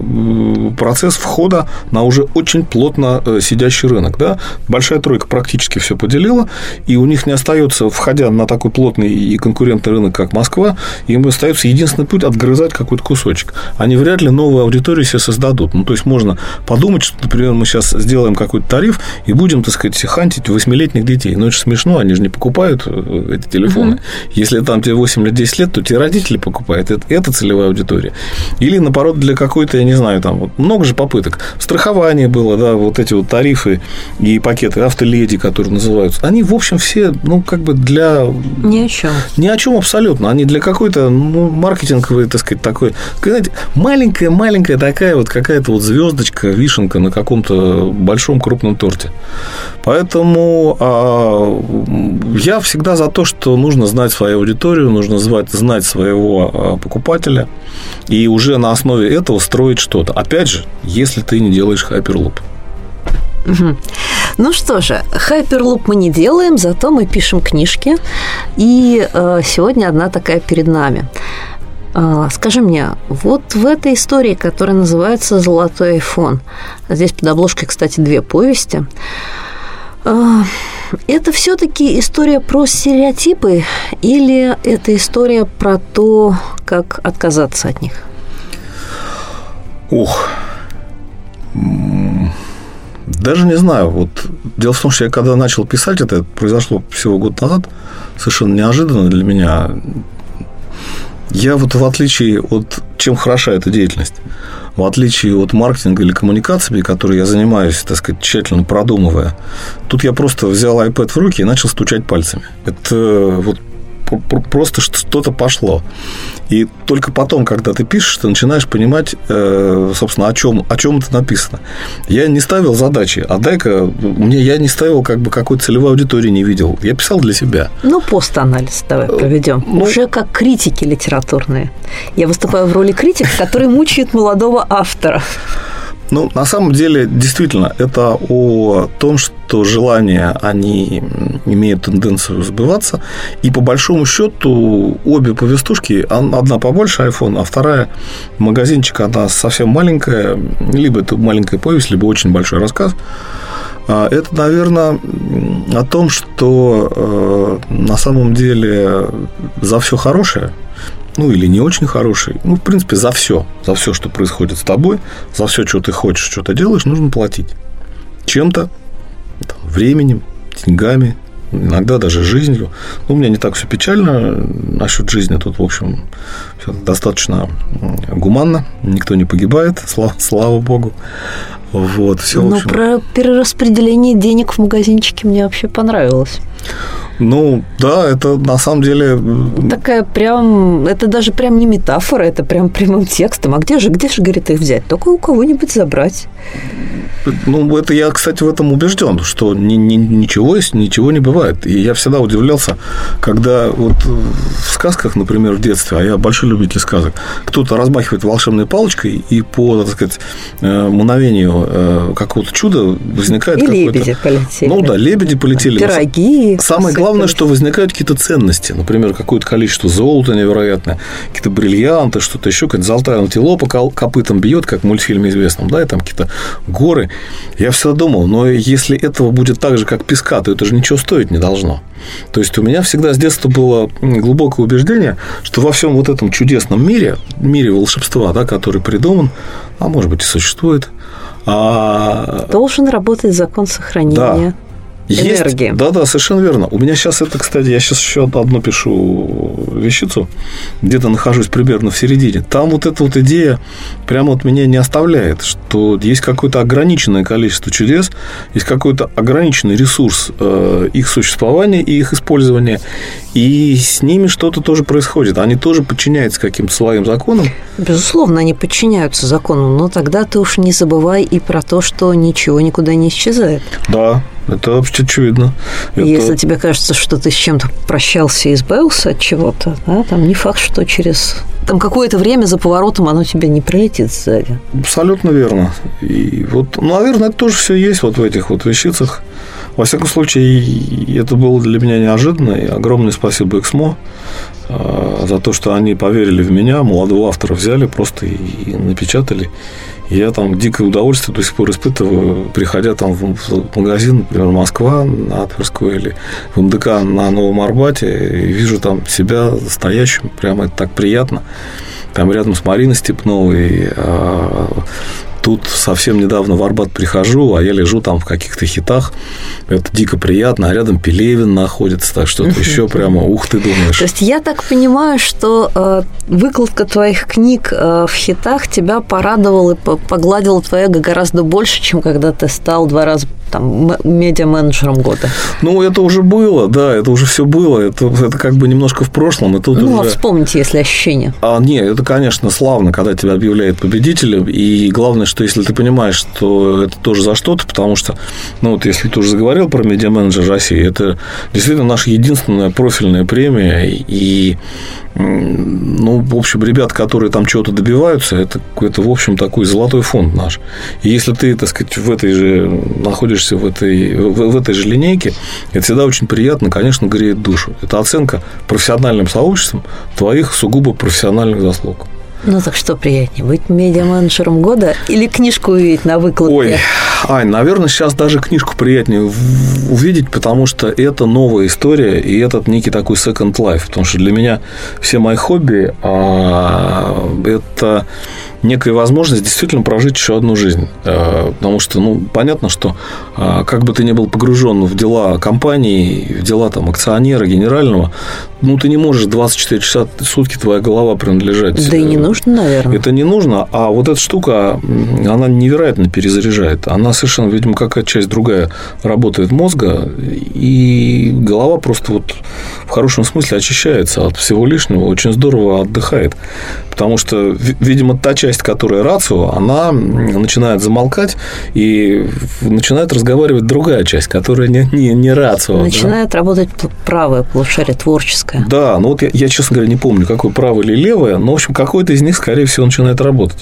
процесс входа на уже очень плотно сидящий рынок. Да? Большая тройка практически все поделила, и у них не остается, входя на такой плотный и конкурентный рынок, как Москва, им остается единственный путь отгрызать какой-то кусочек. Они вряд ли новую аудиторию себе создадут. Ну, то есть, можно подумать, что, например, мы сейчас сделаем какой-то тариф и будем, так сказать, хантить восьмилетних детей. Ну, это же смешно, они же не покупают эти телефоны. Mm-hmm. Если там тебе восемь лет, десять лет, то те родители покупают. Это, это целевая аудитория. Или, наоборот, для какой-то, я не знаю, там вот много же попыток. Страхование было, да, вот эти вот тарифы и пакеты автоледи, которые называются, они, в общем, все, ну, как бы для... Ни о чем. Ни о чем абсолютно. Они для какой-то, ну, маркетинговой, так сказать, такой, знаете, маленькая-маленькая такая вот какая-то вот звездочка, вишенка на каком-то большом крупном торте. Поэтому а, я всегда за то, что нужно знать свою аудиторию, нужно знать, знать своего а, покупателя и уже на основе этого строить что-то. Опять же, если ты не делаешь хайперлуп. Угу. Ну что же, хайперлуп мы не делаем, зато мы пишем книжки. И э, сегодня одна такая перед нами. Э, скажи мне, вот в этой истории, которая называется «Золотой айфон», здесь под обложкой, кстати, две повести, э, это все-таки история про стереотипы или это история про то, как отказаться от них? Ух, даже не знаю. Вот дело в том, что я когда начал писать это, это произошло всего год назад, совершенно неожиданно для меня. Я вот в отличие от... Чем хороша эта деятельность? В отличие от маркетинга или коммуникаций, которой я занимаюсь, так сказать, тщательно продумывая, тут я просто взял iPad в руки и начал стучать пальцами. Это вот просто что-то пошло. И только потом, когда ты пишешь, ты начинаешь понимать, собственно, о чем, о чем это написано. Я не ставил задачи, а дай-ка мне я не ставил как бы какой-то целевой аудитории, не видел. Я писал для себя. Ну, пост-анализ давай проведем. Ну, уже как критики литературные. Я выступаю в роли критика, который мучает молодого автора. Ну, на самом деле, действительно, это о том, что желания, они имеют тенденцию сбываться. И по большому счету обе повестушки, одна побольше iPhone, а вторая магазинчик, она совсем маленькая, либо это маленькая повесть, либо очень большой рассказ. Это, наверное, о том, что на самом деле за все хорошее, ну, или не очень хороший, ну, в принципе, за все, за все, что происходит с тобой, за все, что ты хочешь, что ты делаешь, нужно платить. Чем-то, там, временем, деньгами, иногда даже жизнью. Ну, у меня не так все печально насчет жизни, тут, в общем, все достаточно гуманно, никто не погибает, слава, слава богу. Вот, все, Но общем... про перераспределение денег в магазинчике мне вообще понравилось. Ну, да, это на самом деле... Такая прям... Это даже прям не метафора, это прям прямым текстом. А где же, где же, говорит, их взять? Только у кого-нибудь забрать. Ну, это я, кстати, в этом убежден, что ни, ни, ничего, ничего не бывает. И я всегда удивлялся, когда вот в сказках, например, в детстве, а я большой любитель сказок, кто-то размахивает волшебной палочкой, и по, так сказать, мгновению какого-то чуда возникает и какой-то... лебеди полетели. Ну, да, лебеди полетели. Пироги. Самое главное, что возникают какие-то ценности. Например, какое-то количество золота невероятное, какие-то бриллианты, что-то еще, какая-то золотая антилопа копытом бьет, как в мультфильме известном, да, и там какие-то горы. Я всегда думал, но если этого будет так же, как песка, то это же ничего стоить не должно. То есть у меня всегда с детства было глубокое убеждение, что во всем вот этом чудесном мире, мире волшебства, да, который придуман, а может быть и существует, а... должен работать закон сохранения. Да. Энергии. Есть, да, да, совершенно верно. У меня сейчас это, кстати, я сейчас еще одну пишу вещицу, где-то нахожусь примерно в середине. Там вот эта вот идея прямо от меня не оставляет, что есть какое-то ограниченное количество чудес, есть какой-то ограниченный ресурс э, их существования и их использования, и с ними что-то тоже происходит. Они тоже подчиняются каким-то своим законам. Безусловно, они подчиняются законам, но тогда ты уж не забывай и про то, что ничего никуда не исчезает. Да. Это вообще очевидно. Это... Если тебе кажется, что ты с чем-то прощался и избавился от чего-то, да, там не факт, что через там какое-то время за поворотом оно тебе не прилетит сзади. Абсолютно верно. И вот, ну, наверное, это тоже все есть вот в этих вот вещицах. Во всяком случае, это было для меня неожиданно. И огромное спасибо Эксмо за то, что они поверили в меня, молодого автора взяли просто и напечатали. И я там дикое удовольствие до сих пор испытываю, приходя там в магазин, например, Москва на Тверской или в эм дэ ка на Новом Арбате, и вижу там себя стоящим, прямо это так приятно. Там рядом с Мариной Степновой. Тут совсем недавно в Арбат прихожу, а я лежу там в каких-то хитах. Это дико приятно. А рядом Пелевин находится, так что это еще прямо ух ты, думаешь. То есть я так понимаю, что э, выкладка твоих книг э, в хитах тебя порадовала и погладила твое эго гораздо больше, чем когда ты стал два раза там медиа-менеджером года. Ну, это уже было, да, это уже все было. Это, это как бы немножко в прошлом. И тут ну, уже... а вспомните, если ощущения. А, нет, это, конечно, славно, когда тебя объявляют победителем. И главное, что если ты понимаешь, что это тоже за что-то, потому что, ну, вот если ты уже заговорил про медиа-менеджер России, это действительно наша единственная профильная премия. И, ну, в общем, ребят, которые там чего-то добиваются, это, это, в общем, такой золотой фонд наш. И если ты, так сказать, в этой же находишься в этой, в, в этой же линейке, это всегда очень приятно, конечно, греет душу. Это оценка профессиональным сообществом твоих сугубо профессиональных заслуг. Ну, так что приятнее, быть медиа-менеджером года или книжку увидеть на выкладке? Ой, Ань, наверное, сейчас даже книжку приятнее увидеть, потому что это новая история, и этот некий такой second life, потому что для меня все мои хобби а, – это некая возможность действительно прожить еще одну жизнь. Потому что, ну, понятно, что как бы ты ни был погружен в дела компании, в дела там акционера, генерального, ну, ты не можешь двадцать четыре часа в сутки твоя голова принадлежать. Да и не нужно, наверное. Это не нужно, а вот эта штука, она невероятно перезаряжает. Она совершенно, видимо, какая-то часть другая работает мозга, и голова просто вот в хорошем смысле очищается от всего лишнего, очень здорово отдыхает. Потому что, видимо, та часть, которая рацио, она начинает замолкать, и начинает разговаривать другая часть, которая не, не, не рацио. Начинает да? работать правое полушарие, творческое. Да, ну вот я, я, честно говоря, не помню, какое правое или левое, но, в общем, какой-то из них, скорее всего, начинает работать.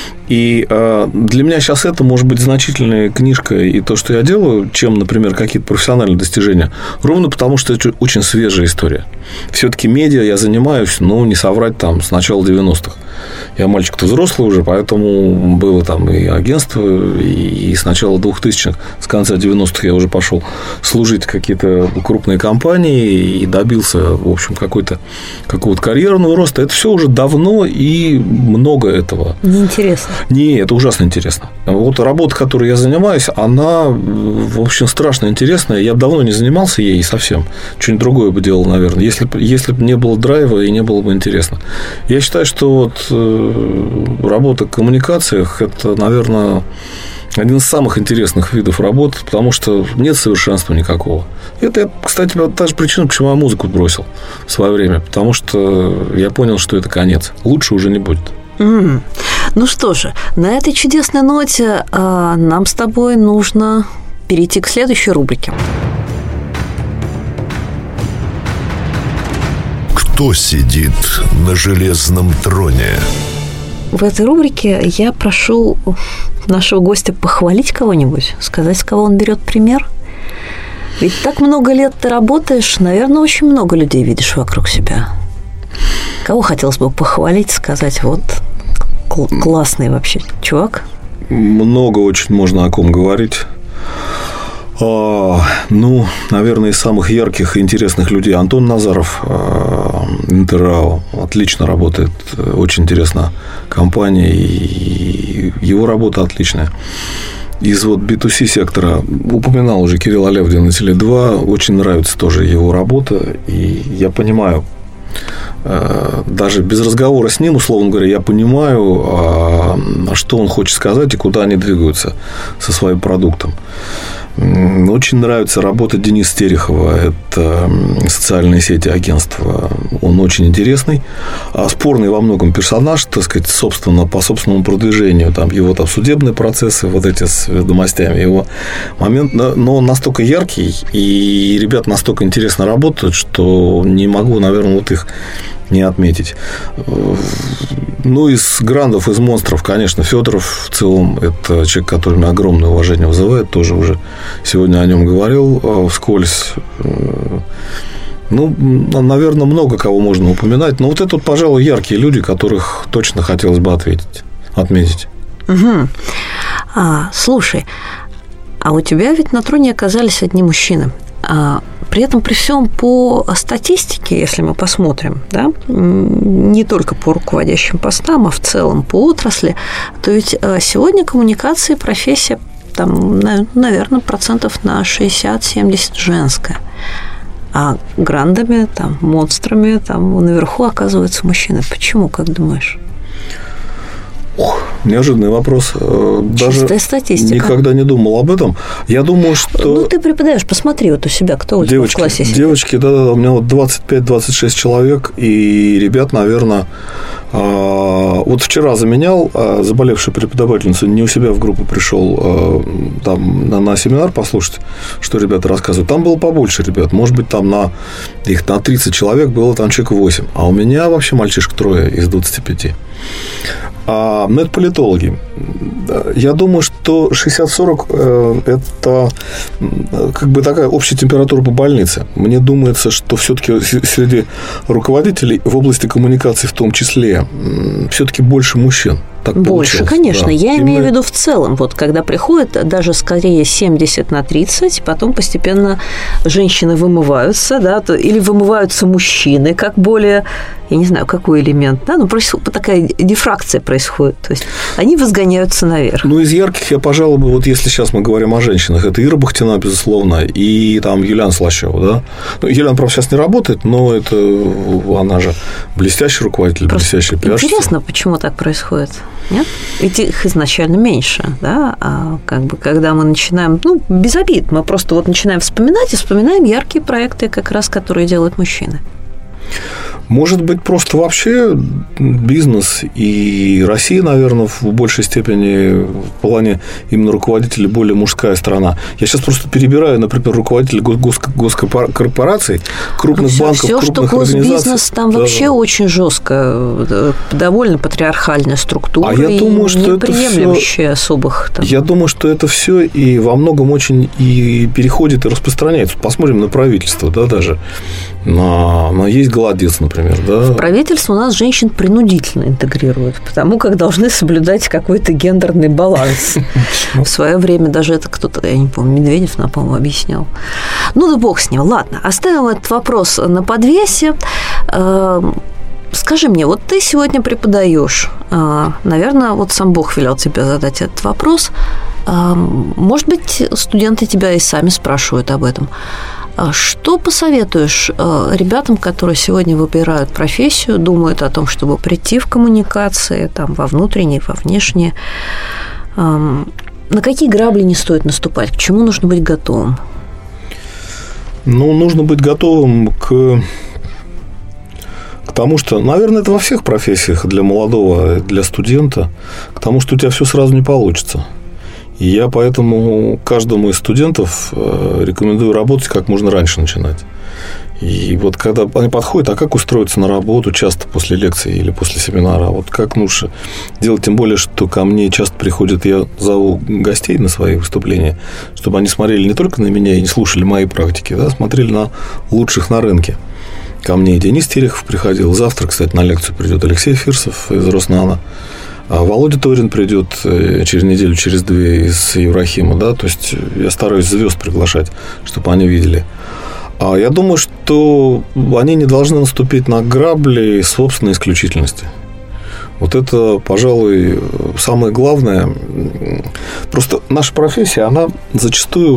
И э, для меня сейчас это может быть значительная книжка и то, что я делаю, чем, например, какие-то профессиональные достижения. Ровно потому, что это очень свежая история. Все-таки медиа я занимаюсь, ну, не соврать, там, с начала девяностых. Я мальчик-то взрослый уже, поэтому было там и агентство, и с начала двухтысячных, с конца девяностых я уже пошел служить в какие-то крупные компании и добился, в общем, какой-то, какого-то карьерного роста. Это все уже давно и много этого. Неинтересно. Не, это ужасно интересно. Вот работа, которой я занимаюсь, она, в общем, страшно интересная. Я бы давно не занимался ей совсем. Что-нибудь другое бы делал, наверное, если, если бы не было драйва и не было бы интересно. Я считаю, что вот работа в коммуникациях – это, наверное, один из самых интересных видов работы, потому что нет совершенства никакого. Это, кстати, та же причина, почему я музыку бросил в свое время. Потому что я понял, что это конец. Лучше уже не будет. Mm. Ну что же, на этой чудесной ноте а, нам с тобой нужно перейти к следующей рубрике. Кто сидит на железном троне? В этой рубрике я прошу нашего гостя похвалить кого-нибудь, сказать, с кого он берет пример. Ведь так много лет ты работаешь, наверное, очень много людей видишь вокруг себя. Кого хотелось бы похвалить, сказать, вот классный вообще чувак? Много очень можно о ком говорить. А, ну, наверное, из самых ярких и интересных людей Антон Назаров, Интеррао, отлично работает, очень интересная компания, и его работа отличная. Из вот би ту си сектора упоминал уже Кирилл Алявдин на Теле два, очень нравится тоже его работа, и я понимаю, даже без разговора с ним, условно говоря, я понимаю, что он хочет сказать и куда они двигаются со своим продуктом. Очень нравится работа Дениса Терехова. Это социальные сети агентства. Он очень интересный. А спорный во многом персонаж, так сказать, собственно, по собственному продвижению. Там его там судебные процессы, вот эти с ведомостями, его момент. Но он настолько яркий, и ребята настолько интересно работают, что не могу, наверное, вот их не отметить. Ну, из грандов, из монстров, конечно, Федоров в целом это человек, который мне огромное уважение вызывает. Тоже уже сегодня о нем говорил вскользь. Ну, наверное, много кого можно упоминать. Но вот это, вот, пожалуй, яркие люди, которых точно хотелось бы ответить, отметить. Угу. А, слушай, а у тебя ведь на троне оказались одни мужчины. А, при этом, при всем, по статистике, если мы посмотрим, да, не только по руководящим постам, а в целом по отрасли, то ведь сегодня коммуникации профессия, там, наверное, процентов на шестьдесят-семьдесят женская. А грандами, там, монстрами там наверху оказываются мужчины. Почему, как думаешь? Ох, неожиданный вопрос. Даже чистая статистика. Никогда не думал об этом. Я думаю, что... Ну, ты преподаешь, посмотри вот у себя, кто у девочки, тебя в классе сидит. Девочки, да-да, у меня вот двадцать пять - двадцать шесть человек, и ребят, наверное... Вот вчера заменял заболевшую преподавательницу, не у себя в группу пришел там на, на семинар послушать, что ребята рассказывают. Там было побольше ребят. Может быть, там на, их на тридцать человек было там человек восемь. А у меня вообще мальчишек трое из двадцати пяти. А, ну, это политологи. Я думаю, что шестьдесят сорок – это как бы такая общая температура по больнице. Мне думается, что все-таки среди руководителей в области коммуникации в том числе все-таки больше мужчин. Так больше, получилось. Конечно. Да. Я Именно... имею в виду в целом. Вот когда приходит даже скорее семьдесят на тридцать, потом постепенно женщины вымываются, да, то, или вымываются мужчины, как более, я не знаю, какой элемент, да, ну, такая дифракция происходит. То есть они возгоняются наверх. Ну, из ярких я, пожалуй, бы, вот если сейчас мы говорим о женщинах, это Ира Бахтина, безусловно, и там Юлиана Слащева, да. Ну, Юлиана, правда, сейчас не работает, но это она же блестящий руководитель, просто блестящий пиарщица. Интересно, почему так происходит? Нет? Ведь их изначально меньше, да, а как бы когда мы начинаем, ну, без обид, мы просто вот начинаем вспоминать и вспоминаем яркие проекты, как раз, которые делают мужчины. Может быть, просто вообще бизнес и Россия, наверное, в большей степени в плане именно руководителей более мужская страна. Я сейчас просто перебираю, например, руководителей госкорпораций, крупных ну, банков, всё, крупных что организаций. Госбизнес, там да. вообще очень жестко, довольно патриархальная структура, а я думаю, и что не приемлющая особых. Там. Я думаю, что это все и во многом очень и переходит, и распространяется. Посмотрим на правительство, да, даже. На, на есть голодец, например. Да. В правительство у нас женщин принудительно интегрируют, потому как должны соблюдать какой-то гендерный баланс. В свое время даже это кто-то, я не помню, Медведев, по-моему, объяснял. Ну да бог с ним. Ладно, оставим этот вопрос на подвесе. Скажи мне, вот ты сегодня преподаешь, наверное, вот сам Бог велел тебе задать этот вопрос. Может быть, студенты тебя и сами спрашивают об этом. Что посоветуешь ребятам, которые сегодня выбирают профессию, думают о том, чтобы прийти в коммуникации, там, во внутренние, во внешние? На какие грабли не стоит наступать? К чему нужно быть готовым? Ну, нужно быть готовым к... к тому, что, наверное, это во всех профессиях для молодого, для студента, к тому, что у тебя все сразу не получится. И я поэтому каждому из студентов рекомендую работать как можно раньше начинать. И вот когда они подходят, а как устроиться на работу часто после лекции или после семинара, вот как лучше делать, тем более, что ко мне часто приходят, я зову гостей на свои выступления, чтобы они смотрели не только на меня и не слушали мои практики, да, смотрели на лучших на рынке. Ко мне Денис Терехов приходил, завтра, кстати, на лекцию придет Алексей Фирсов из Роснано, а Володя Торин придет через неделю, через две из Еврахима, да, то есть я стараюсь звезд приглашать, чтобы они видели. А я думаю, что они не должны наступить на грабли собственной исключительности. Вот это, пожалуй, самое главное. Просто наша профессия, она зачастую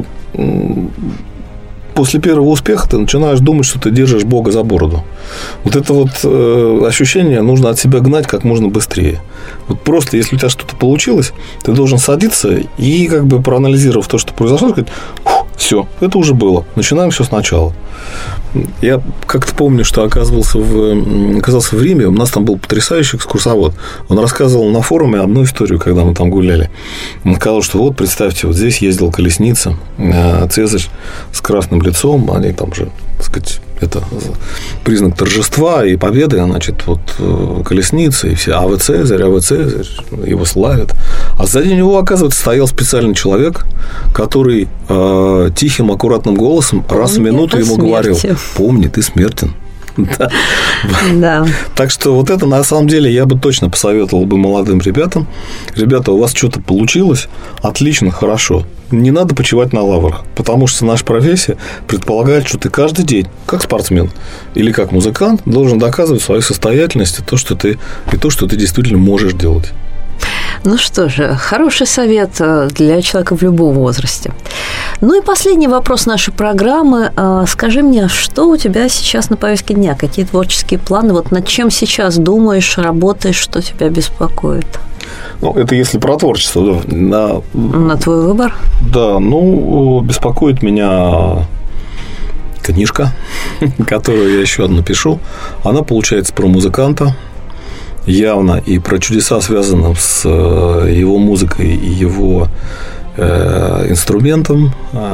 после первого успеха ты начинаешь думать, что ты держишь Бога за бороду. Вот это вот ощущение нужно от себя гнать как можно быстрее. Вот просто, если у тебя что-то получилось, ты должен садиться и, как бы проанализировав то, что произошло, сказать: все, это уже было. Начинаем все сначала. Я как-то помню, что оказывался в, оказался в Риме. У нас там был потрясающий экскурсовод. Он рассказывал на форуме одну историю, когда мы там гуляли. Он сказал, что вот, представьте, вот здесь ездила колесница, Цезарь с красным лицом. Они там же, так сказать, это признак торжества и победы, значит, вот колесница и все. А вы Цезарь, а вы Цезарь, его славят. А сзади него, оказывается, стоял специальный человек, который э, тихим, аккуратным голосом помни раз в минуту ему смерти. Говорил: помни, ты смертен. Да. Да. Так что вот это, на самом деле, я бы точно посоветовал бы молодым ребятам. Ребята, у вас что-то получилось, отлично, хорошо. Не надо почивать на лаврах, потому что наша профессия предполагает, что ты каждый день, как спортсмен или как музыкант, должен доказывать свою состоятельность и то, что ты, и то, что ты действительно можешь делать. Ну что же, хороший совет для человека в любом возрасте. Ну и последний вопрос нашей программы. Скажи мне, что у тебя сейчас на повестке дня? Какие творческие планы? Вот над чем сейчас думаешь, работаешь, что тебя беспокоит? Ну, это если про творчество. Да. На... на твой выбор? Да, ну, беспокоит меня книжка, которую я еще одну пишу. Она, получается, про музыканта. Явно и про чудеса, связанные с его музыкой и его э, инструментом.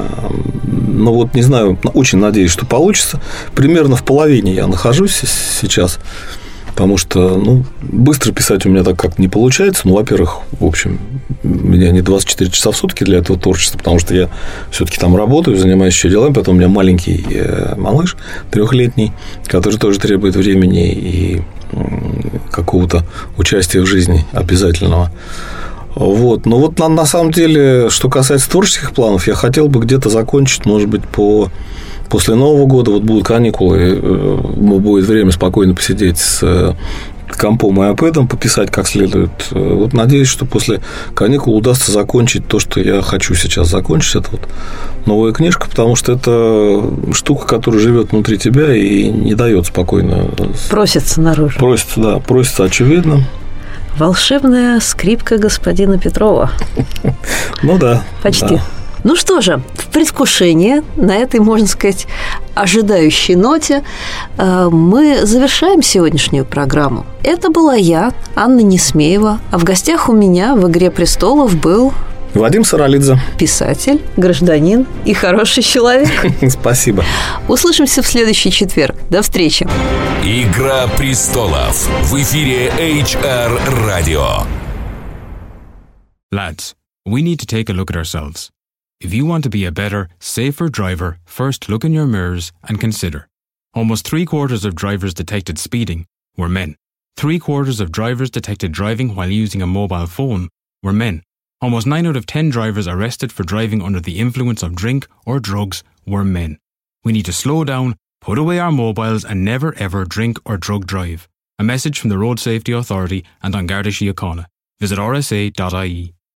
Но вот не знаю, очень надеюсь, что получится. Примерно в половине я нахожусь сейчас, потому что ну, быстро писать у меня так как не получается. Ну, во-первых, в общем, у меня не двадцать четыре часа в сутки для этого творчества, потому что я все-таки там работаю, занимаюсь еще делами. Потом у меня маленький малыш трехлетний, который тоже требует времени и какого-то участия в жизни обязательного. Вот. Но вот на, на самом деле, что касается творческих планов, я хотел бы где-то закончить, может быть, по... после Нового года, вот будут каникулы, будет время спокойно посидеть с компом и айпэдом, пописать как следует. Вот надеюсь, что после каникул удастся закончить то, что я хочу сейчас закончить. Это вот новая книжка, потому что это штука, которая живет внутри тебя и не дает спокойно. Просится наружу. Просится, да, просится, очевидно. Волшебная скрипка господина Петрова. Ну да. Почти. Ну что же, в предвкушении, на этой, можно сказать, ожидающей ноте, мы завершаем сегодняшнюю программу. Это была я, Анна Несмеева, а в гостях у меня в «Игре престолов» был... Вадим Саралидзе. Писатель, гражданин и хороший человек. Спасибо. Услышимся в следующий четверг. До встречи. «Игра престолов» в эфире эйч ар Radio. Lads, we need to take a look at ourselves. If you want to be a better, safer driver, first look in your mirrors and consider. Almost three quarters of drivers detected speeding were men. Three quarters of drivers detected driving while using a mobile phone were men. Almost nine out of ten drivers arrested for driving under the influence of drink or drugs were men. We need to slow down, put away our mobiles and never ever drink or drug drive. A message from the Road Safety Authority and An Garda Síochána. Visit r s a dot i e.